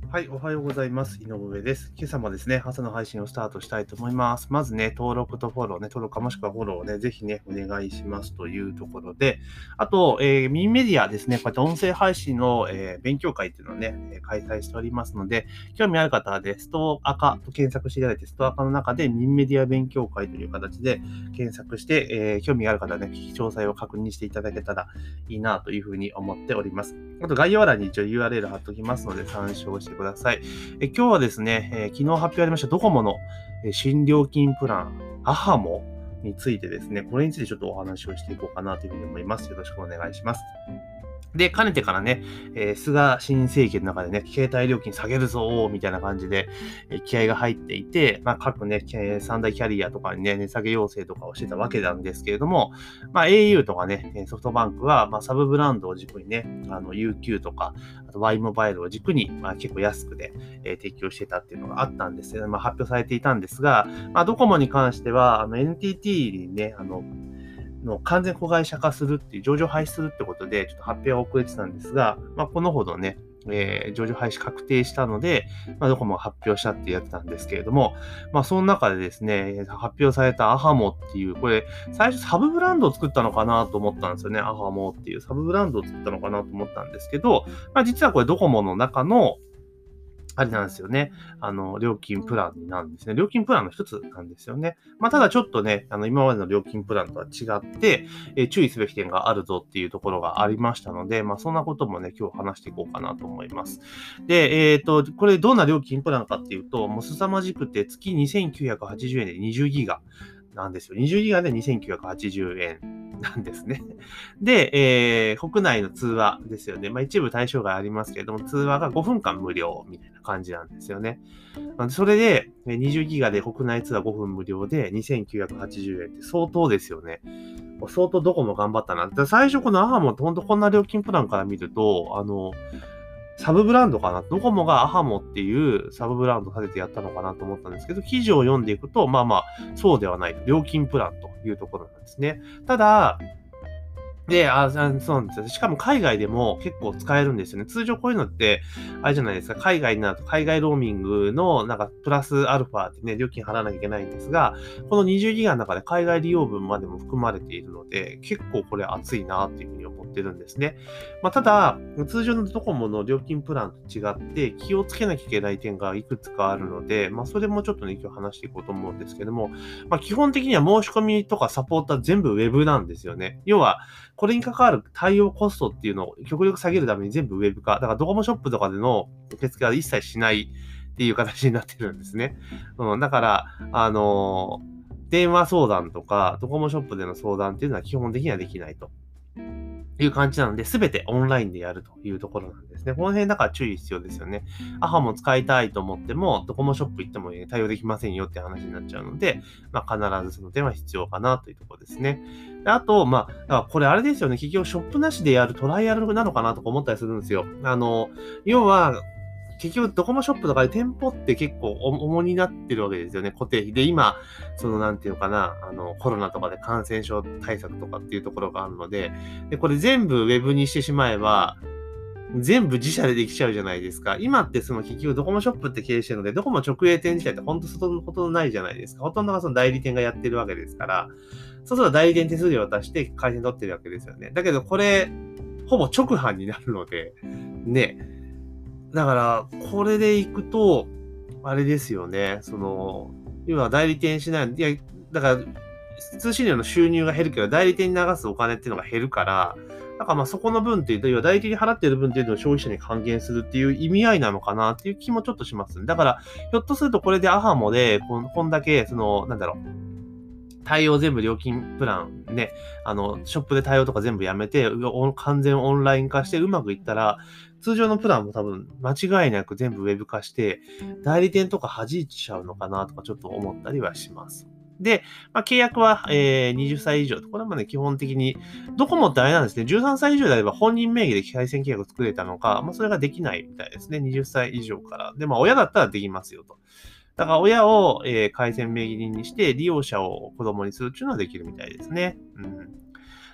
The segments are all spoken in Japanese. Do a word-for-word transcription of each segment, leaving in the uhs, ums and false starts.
はい、おはようございます。井上です。今朝もですね、朝の配信をスタートしたいと思います。まずね、登録とフォローね、登録かもしくはフォローをね、ぜひね、お願いしますというところで、あと、えー、ミンメディアですね、こうやって音声配信の、えー勉強会っていうのをね、えー開催しておりますので、興味ある方はで、ストアカと検索していただいて、ストアカの中でミンメディア勉強会という形で検索して、えー興味がある方はね、詳細を確認していただけたらいいなというふうに思っております。あと概要欄に一応 ユーアールエル 貼っておきますので参照してください。え今日はですね、えー昨日発表ありましたドコモの、えー新料金プラン、アハモについてですね、これについてちょっとお話をしていこうかなというふうに思います。よろしくお願いします。で、かねてからね、えー菅新政権の中でね、携帯料金下げるぞみたいな感じで、えー気合が入っていて、まあ、各ね、えー三大キャリアとかにね、値下げ要請とかをしてたわけなんですけれども、まあ、au とかね、えーソフトバンクは、まあ、サブブランドを軸にね、あの、ユーキュー とか、あと Y モバイルを軸に、まあ、結構安くで、えー提供してたっていうのがあったんですけど、まあ、発表されていたんですが、まあ、ドコモに関しては、あの、エヌティーティー にね、あの、の完全子会社化するっていう、上場廃止するってことで、ちょっと発表が遅れてたんですが、まあ、このほどね、えー上場廃止確定したので、まあ、ドコモが発表したっていうやつなんですけれども、まあ、その中でですね、発表されたアハモっていう、これ、最初サブブランドを作ったのかなと思ったんですよね。アハモっていうサブブランドを作ったのかなと思ったんですけど、まあ、実はこれドコモの中の、あれなんですよね。あの、料金プランなんですね。料金プランの一つなんですよね。まあ、ただちょっとね、あの、今までの料金プランとは違って、えー注意すべき点があるぞっていうところがありましたので、まあ、そんなこともね、今日話していこうかなと思います。で、えっと、これどんな料金プランかっていうと、もう凄まじくて月にせんきゅうひゃくはちじゅうえんでにじゅうギガなんですよ。にじゅうギガでにせんきゅうひゃくはちじゅうえんなんですね。で、えー国内の通話ですよね。まあ、一部対象外ありますけれども、通話がごふんかん無料みたいな感じなんですよね。まあそれで、えーにじゅうギガで国内通話ごふん無料でにせんきゅうひゃくはちじゅうえんって相当ですよね。相当どこも頑張ったな。だから最初このアハモってほんとこんな料金プランから見ると、あの、サブブランドかな。ドコモがアハモっていうサブブランド立ててやったのかなと思ったんですけど、記事を読んでいくと、まあまあ、そうではない。料金プランというところなんですね。ただ、で、あ、あそうなんですよ。しかも海外でも結構使えるんですよね。通常こういうのって、あれじゃないですか、海外になると海外ローミングのなんかプラスアルファってね、料金払わなきゃいけないんですが、このにじゅうギガの中で海外利用分までも含まれているので、結構これ熱いなっていうふうに思ってるんですね。まあ、ただ、通常のドコモの料金プランと違って気をつけなきゃいけない点がいくつかあるので、まあ、それもちょっとね、今日話していこうと思うんですけども、まあ、基本的には申し込みとかサポートは全部ウェブなんですよね。要は、これに関わる対応コストっていうのを極力下げるために全部ウェブ化。だからドコモショップとかでの受付は一切しないっていう形になってるんですね。うん、だから、あのー電話相談とか、ドコモショップでの相談っていうのは基本的にはできないと。いう感じなので、すべてオンラインでやるというところなんですね。この辺だから注意必要ですよね。アハも使いたいと思っても、ドコモショップ行っても、ね、対応できませんよって話になっちゃうので、まあ、必ずその点は必要かなというところですね。であと、まあ、だからこれあれですよね。企業ショップなしでやるトライアルなのかなとか思ったりするんですよ。あの、要は、結局、ドコモショップとかで店舗って結構重になってるわけですよね、固定費。で、今、その、なんていうのかな、あの、コロナとかで感染症対策とかっていうところがあるので、で、これ全部ウェブにしてしまえば、全部自社でできちゃうじゃないですか。今ってその結局ドコモショップって経営してるので、ドコモ直営店自体ってほんとほとんどほとんどないじゃないですか。ほとんどがその代理店がやってるわけですから、そうすると代理店手数料を渡して回線取ってるわけですよね。だけどこれ、ほぼ直販になるので、ね。だから、これで行くと、あれですよね。その、要は代理店しない。いや、だから、通信料の収入が減るけど、代理店に流すお金っていうのが減るから、だからまあそこの分っていうと、要は代理店に還っている分っていうのを消費者に還元するっていう意味合いなのかなっていう気もちょっとします。だから、ひょっとするとこれでアハモで、こんこんだけ、その、なんだろう、対応全部料金プランね、あの、ショップで対応とか全部やめて、お完全オンライン化してうまくいったら、通常のプランも多分間違いなく全部ウェブ化して、代理店とか弾いちゃうのかなとかちょっと思ったりはします。で、まあ、契約は、えー、はたち以上。これはね、基本的に、ドコモってあれなんですね、じゅうさんさい以上であれば本人名義で回線契約を作れたのか、まあ、それができないみたいですね。はたち以上から。で、まあ、親だったらできますよと。だから親を、えー、回線名義人にして利用者を子供にするっていうのはできるみたいですね。うん。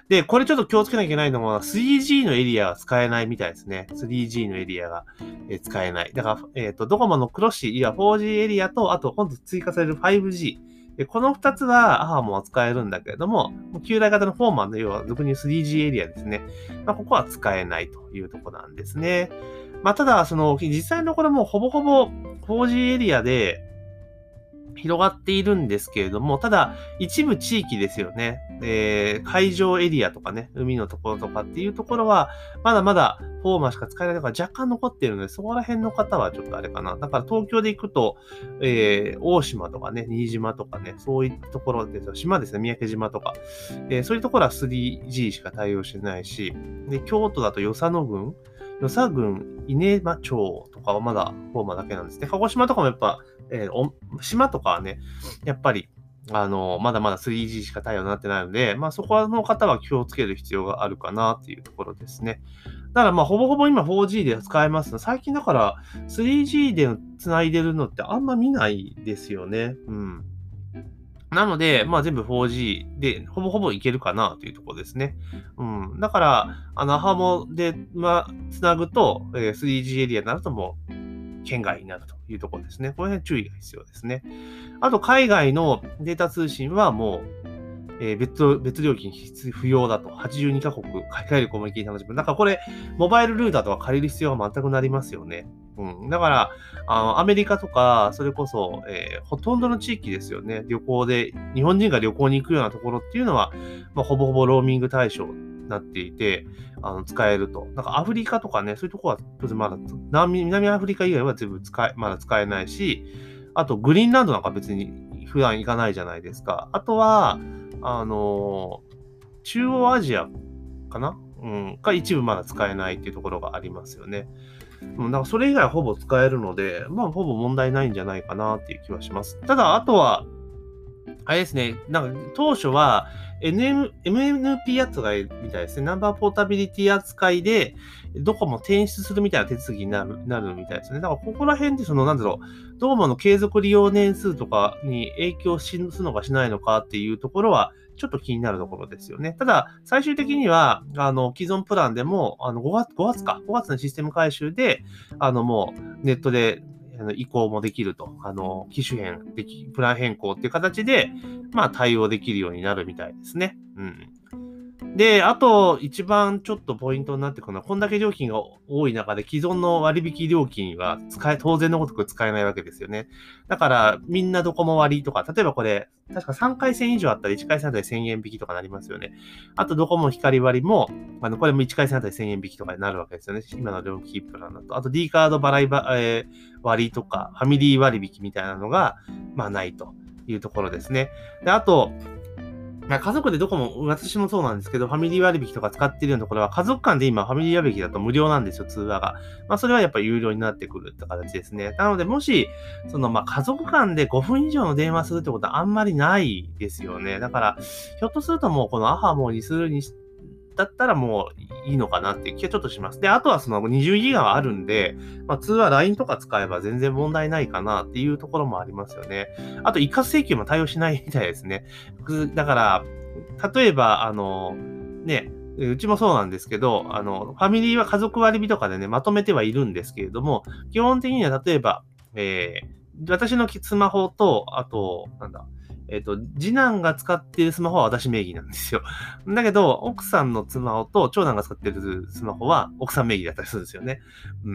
で、これちょっと気をつけなきゃいけないのは、スリージー のエリアが使えないみたいですね。スリージー のエリアが、えー使えない。だから、えっ、と、ドコモのクロッシー、いや フォージー エリアと、あと今度追加される ファイブジー。でこの二つはアハモは使えるんだけれども、旧来型のフォーマンの要は俗に スリージー エリアですね。まあ、ここは使えないというところなんですね。まあ、ただ、その、実際のところもほぼほぼ フォージー エリアで、広がっているんですけれども、ただ、一部地域ですよね。えー、海上エリアとかね、海のところとかっていうところは、まだまだフォーマーしか使えないのが若干残っているので、そこら辺の方はちょっとあれかな。だから東京で行くと、えー、大島とかね、新島とかね、そういったところですよ。島ですね、三宅島とか。えー、そういうところは スリージー しか対応してないし、で、京都だと与謝野郡、与謝郡稲間町とかはまだフォーマーだけなんですね。鹿児島とかもやっぱ、えー、お島とかはね、やっぱり、あの、まだまだ スリージー しか対応になってないので、まあそこの方は気をつける必要があるかなっていうところですね。だからまあほぼほぼ今 フォージー で使えますの。最近だから スリージー で繋いでるのってあんま見ないですよね。うん。なので、まあ全部 フォージー で、ほぼほぼいけるかなというところですね。うん。だから、あの、アハモで、まあ、つなぐと、えー スリージー エリアになるともう、圏外になるというところですね。この辺注意が必要ですね。あと、海外のデータ通信はもう、えー別、別料金必不要だと。はちじゅうにカ国、海外旅行も行き楽しむ。だからこれ、モバイルルーターとか借りる必要が全くなりますよね。うん。だから、あの、アメリカとか、それこそ、えーほとんどの地域ですよね。旅行で、日本人が旅行に行くようなところっていうのは、まあ、ほぼほぼローミング対象になっていて、あの、使えると。なんかアフリカとかね、そういうところは、当然まだ、南南アフリカ以外は全部使え、まだ使えないし、あと、グリーンランドなんか別に普段行かないじゃないですか。あとは、あの、中央アジアかなうん。が一部まだ使えないっていうところがありますよね。うん。だからそれ以外はほぼ使えるので、まあ、ほぼ問題ないんじゃないかなっていう気はします。ただ、あとは、あれですね、なんか当初は エヌエム、エムエヌピー 扱いみたいですね。ナンバーポータビリティ扱いで、どこも転出するみたいな手続きになる、なるみたいですね。だからここら辺でその、なんだろう、どうもの継続利用年数とかに影響するのかしないのかっていうところは、ちょっと気になるところですよね。ただ、最終的には、あの、既存プランでも、あの、ごがつ、ごがつか、ごがつのシステム改修で、あの、もう、ネットで、あの移行もできると。あの、機種変、でき、プラン変更っていう形で、まあ対応できるようになるみたいですね。うん。で、あと、一番ちょっとポイントになってくるのは、こんだけ料金が多い中で、既存の割引料金は使え、当然のごとく使えないわけですよね。だから、みんなドコモ割とか、例えばこれ、確かさんかいせん以上あったらいっかいせんあたりせんえん引きとかなりますよね。あと、ドコモ光割も、あの、これもいっかいせんあたりせんえん引きとかになるわけですよね。今の料金プランだと。あと、D カード払いば、えー割とか、ファミリー割引みたいなのが、まあ、ないというところですね。で、あと、まあ家族でどこも、私もそうなんですけど、ファミリー割引とか使っているようなところは、家族間で今、ファミリー割引だと無料なんですよ、通話が。まあ、それはやっぱり有料になってくるって形ですね。なので、もし、その、まあ、家族間でごふん以上の電話するってことはあんまりないですよね。だから、ひょっとするともう、このアハモにするにし、だったらもういいのかなっていう気がちょっとします。で、あとはそのにじゅうギガはあるんで、まあ、通話 ライン とか使えば全然問題ないかなっていうところもありますよね。あと、一括請求も対応しないみたいですね。だから、例えば、あの、ね、うちもそうなんですけど、あの、ファミリーは家族割とかでね、まとめてはいるんですけれども、基本的には例えば、えー、私のスマホと、あと、なんだ、えっと、次男が使っているスマホは私名義なんですよ。だけど、奥さんのスマホと長男が使っているスマホは奥さん名義だったりするんですよね。うん。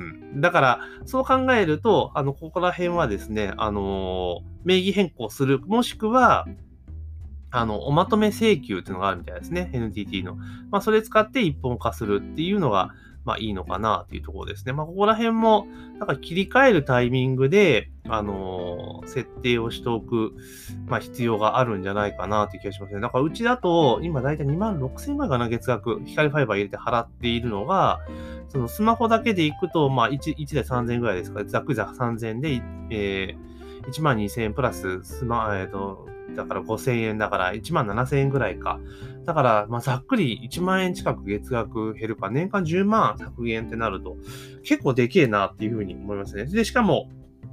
だから、そう考えると、あの、ここら辺はですね、あのー名義変更する、もしくは、あの、おまとめ請求っていうのがあるみたいですね。エヌティーティー の。まあ、それ使って一本化するっていうのが、まあいいのかなっていうところですね。まあ、ここら辺も、なんか切り替えるタイミングで、あのー設定をしておく、まあ必要があるんじゃないかなっていう気がしますね。だからうちだと、今だいたいにまんろくせんえんぐらいかな、月額、光ファイバー入れて払っているのが、そのスマホだけで行くと、まあ 1, 1台さんぜんえんぐらいですから、ざっくりざさんぜんえんで、えー、いちまんにせんえんプラススマ、えっ、ー、と、だからごせんえんだからいちまんななせんえんぐらいか。だから、まあ、ざっくりいちまんえん近く月額減るか、年間じゅうまん削減ってなると、結構でけえなっていうふうに思いますね。で、しかも、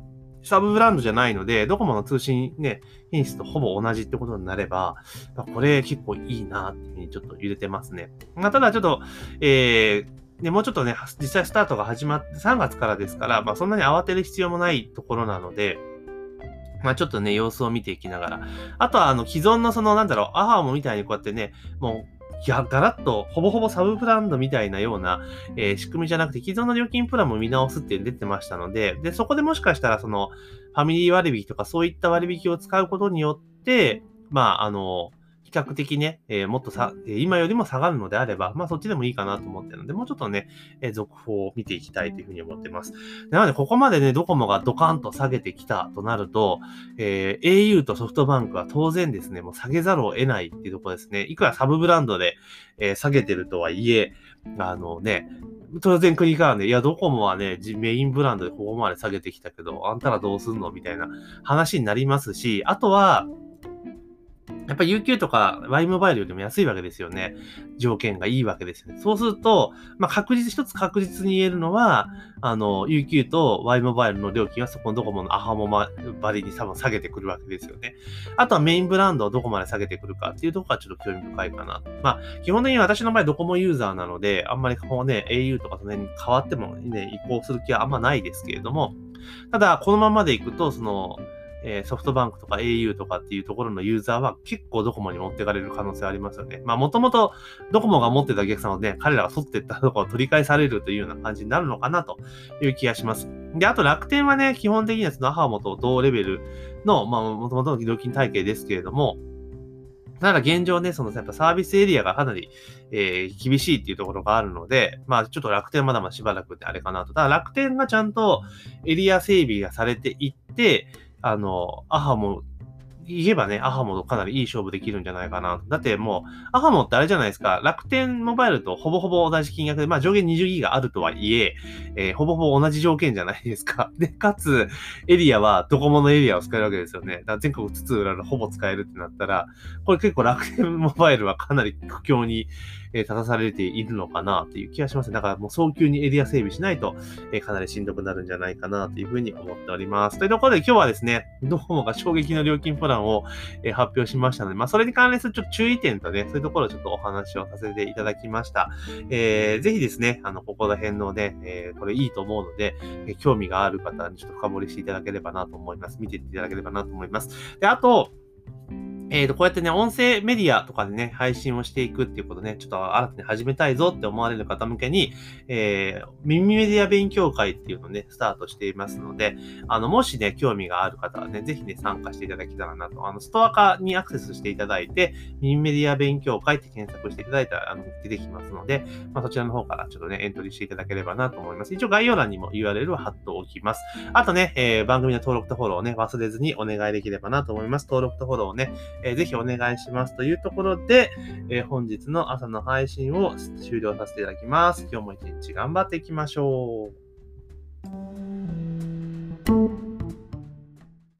サブブランドじゃないので、ドコモの通信ね、品質とほぼ同じってことになれば、これ結構いいなっていうふうにちょっと揺れてますね。まあ、ただちょっと、えー、で、もうちょっとね、実際スタートが始まってさんがつからですから、まあそんなに慌てる必要もないところなので、まあちょっとね、様子を見ていきながら。あとはあの、既存のその、なんだろう、アハモみたいにこうやってね、もう、いや、ガラッと、ほぼほぼサブブランドみたいなような、えー仕組みじゃなくて、既存の料金プランも見直すっていうの出てましたので、で、そこでもしかしたら、その、ファミリー割引とかそういった割引を使うことによって、まあ、あの、比較的ね、えーもっとさ、えー今よりも下がるのであれば、まあそっちでもいいかなと思ってるので、もうちょっとね、えー続報を見ていきたいというふうに思ってます。なので、ここまでね、ドコモがドカンと下げてきたとなると、えー au とソフトバンクは当然ですね、もう下げざるを得ないっていうところですね。いくらサブブランドで、えー下げてるとはいえ、あのね、当然国からね、いや、ドコモはね、じメインブランドでここまで下げてきたけど、あんたらどうすんのみたいな話になりますし、あとは、やっぱり ユーキュー とか Y モバイルよりも安いわけですよね。条件がいいわけですよね。そうすると、まあ、確実、一つ確実に言えるのは、あの、ユーキュー と Y モバイルの料金はそこのドコモのアハモバリに多分下げてくるわけですよね。あとはメインブランドをどこまで下げてくるかっていうところがちょっと興味深いかな。まあ、基本的に私の場合ドコモユーザーなので、あんまりこうね、au とかその辺に変わってもね、移行する気はあんまないですけれども、ただ、このままでいくと、その、えーソフトバンクとか au とかっていうところのユーザーは結構ドコモに持ってかれる可能性ありますよね。まあもともとドコモが持ってたお客さんをね、彼らが取っていったところを取り返されるというような感じになるのかなという気がします。で、あと楽天はね、基本的にはそのアハモと同レベルの、まあもともとの料金体系ですけれども、ただ現状ね、そのやっぱサービスエリアがかなり、えー厳しいっていうところがあるので、まあちょっと楽天まだまだしばらくってあれかなと。ただ楽天がちゃんとエリア整備がされていって、あの、アハモ、言えばね、アハモとかなりいい勝負できるんじゃないかな。だってもう、アハモってあれじゃないですか、楽天モバイルとほぼほぼ同じ金額で、まあ上限にじゅうギガあるとはいえ、えーほぼほぼ同じ条件じゃないですか。で、かつ、エリアはドコモのエリアを使えるわけですよね。だから全国津々浦々ほぼ使えるってなったら、これ結構楽天モバイルはかなり苦境にえー立たされているのかなっていう気がしますね。だからもう早急にエリア整備しないと、えーかなりしんどくなるんじゃないかなというふうに思っております。というところで今日はですね、ドコモが衝撃の料金プランを、えー発表しましたので、まあそれに関連するちょっと注意点とね、そういうところをちょっとお話をさせていただきました。えーぜひですね、あの、ここら辺のね、えーこれいいと思うので、えー興味がある方にちょっと深掘りしていただければなと思います。見ていただければなと思います。で、あと、えーと、こうやってね、音声メディアとかでね、配信をしていくっていうことね、ちょっと新たに始めたいぞって思われる方向けに、えー、耳メディア勉強会っていうのをね、スタートしていますので、あの、もしね、興味がある方はね、ぜひね、参加していただけたらなと。あの、ストア化にアクセスしていただいて、耳メディア勉強会って検索していただいたら、あの、出てきますので、まあ、そちらの方からちょっとね、エントリーしていただければなと思います。一応概要欄にも ユーアールエル を貼っておきます。あとね、えー番組の登録とフォローをね、忘れずにお願いできればなと思います。登録とフォローをね、えーぜひお願いしますというところで、えー本日の朝の配信を終了させていただきます。今日も一日頑張っていきましょう。